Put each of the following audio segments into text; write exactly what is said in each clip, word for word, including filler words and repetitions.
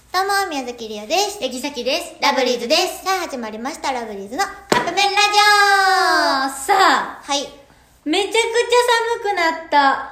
どうも、宮崎りおです。 ヤギサキです。 ラブリーズです。さあ、始まりました、ラブリーズのカップ麺ラジオ。 さあ、 はい。 めちゃくちゃ寒くなった。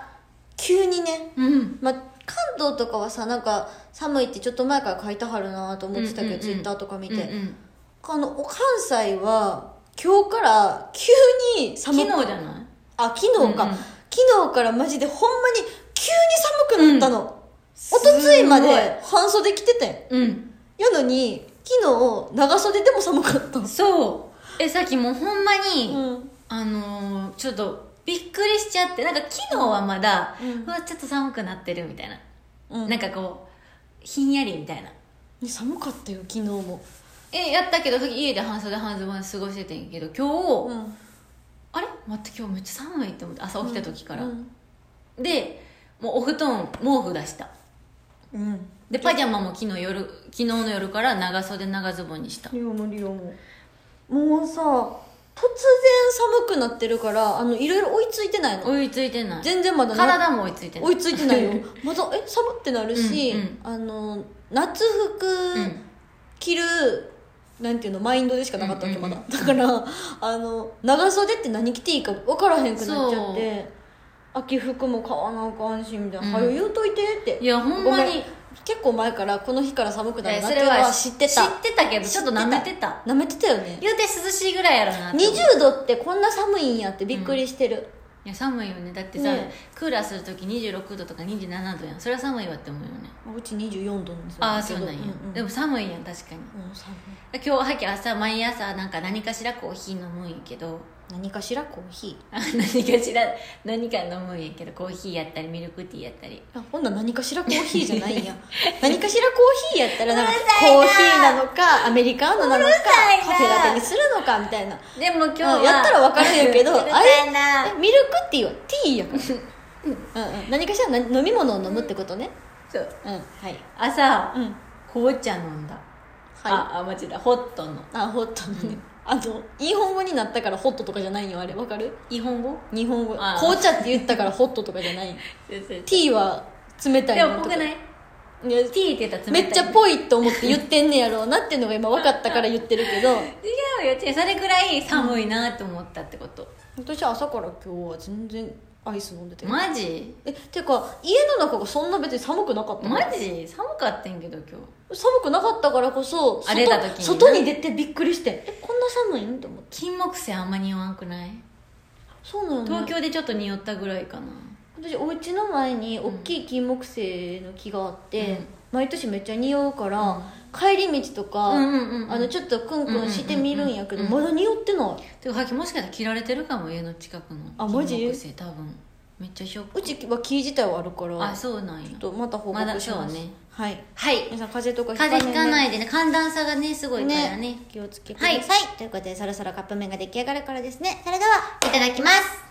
急にね。 うん。 ま、関東とかはさ、なんか、寒いってちょっと前から書いてはるなと思ってたけど、 うんうんうん、 ツイッターとか見て。 うんうん、 あの、関西は、今日から急に寒く。 昨日じゃない？ あ、昨日か。うんうん、昨日からマジでほんまに急に寒くなったの。うんおとついまで半袖着ててん。うん。やのに、昨日、長袖でも寒かった。 そう。え、さっきもうほんまに、 うん、あのー、ちょっと、びっくりしちゃって、なんか昨日はまだ、うん、うわ、ちょっと寒くなってるみたいな。うん、なんかこう、ひんやりみたいな。 寒かったよ、昨日も。 え、やったけど、家で半袖半ズボン過ごしててんけど、今日、うん、あれ待って、今日めっちゃ寒いって思って、朝起きた時から。うんうん、で、もうお布団、毛布出した。うん、でパジャマも昨日夜昨日の夜から長袖長ズボンにした。 リオもリオももうさ突然寒くなってるからあのいろいろ追いついてないの。 追いついてない。 全然まだ体も追いついてない。 追いついてないよまだえ寒ってなるし、うんうん、あの夏服着る、うん、なんていうのマインドでしかなかったわけ、うんうんうん、まだだからあの長袖って何着ていいか分からへんくなっちゃって秋服も買わなあかんしみたいな、うん、はよ言うといてっていやほんまに結構前からこの日から寒くなるなっていうのは知ってた。 知ってたけどちょっと舐めてた舐めてたよね。 言うて涼しいぐらいやろなってにじゅうどってこんな寒いんやってびっくりしてる、うん、 いや寒いよね。だってさ、ね、クーラーするときにじゅうろくどとかにじゅうななどやん。それは寒いわって思うよね。 うちにじゅうよんどなんですよ。 ああそうなんや、うんうん、でも寒いやん確かに、うん、寒い。今日はっき朝毎朝なんか何かしらコーヒー飲むんやけど何かしらコーヒー何かしら何か飲むんやけどコーヒーやったりミルクティーやったりあほんなら何かしらコーヒーじゃないんや何かしらコーヒーやったらなんかコーヒーなのかアメリカーノなのかカフェラテにするのかみたいな。 でも今日は、 うん、やったら分かるんやけどあれミルクティーはティーやからうん、うん、何かしら飲み物を飲むってことね。 そう、 うん、はい。 朝、うん、紅茶飲んだ。はい、ああ間違えたホットのあホットのね、うんあの日本語になったからホットとかじゃないよあれわかる？ 日本語？ 日本語紅茶って言ったからホットとかじゃないティーは冷たいのとかでもぽくない？いやティーって言ったら冷たいめっちゃぽいと思って言ってんねやろうなっていうのが今分かったから言ってるけど違うよ違うそれくらい寒いなって思ったってこと、 うん、私朝から今日は全然アイス飲んでてマジ？ えてか家の中がそんな別に寒くなかったマジ？寒かったんけど今日寒くなかったからこそあれた時に外に出てびっくりしてえこんな寒いんって思って金木犀あんま匂わんくない？ そうなの、ね、 東京でちょっと匂ったぐらいかな。 私お家の前に大きい金木犀の木があって、うん、毎年めっちゃ匂うから、うん、帰り道とか、うんうんうん、あのちょっとクンクンしてみるんやけど、うんうんうん、まだ匂ってないてかはきもしかしたら切られてるかも家の近くの金木犀多分めっちゃショック。 うちは木自体はあるからあそうなんや。 ちょっとまた報告します、ま、ねはい、 はい、 皆さん風邪とかひかない、ね、風邪ひかないでね寒暖差がねすごいからね、 ね気をつけてください、はい、ということでそろそろカップ麺が出来上がるからですね。それではいただきます。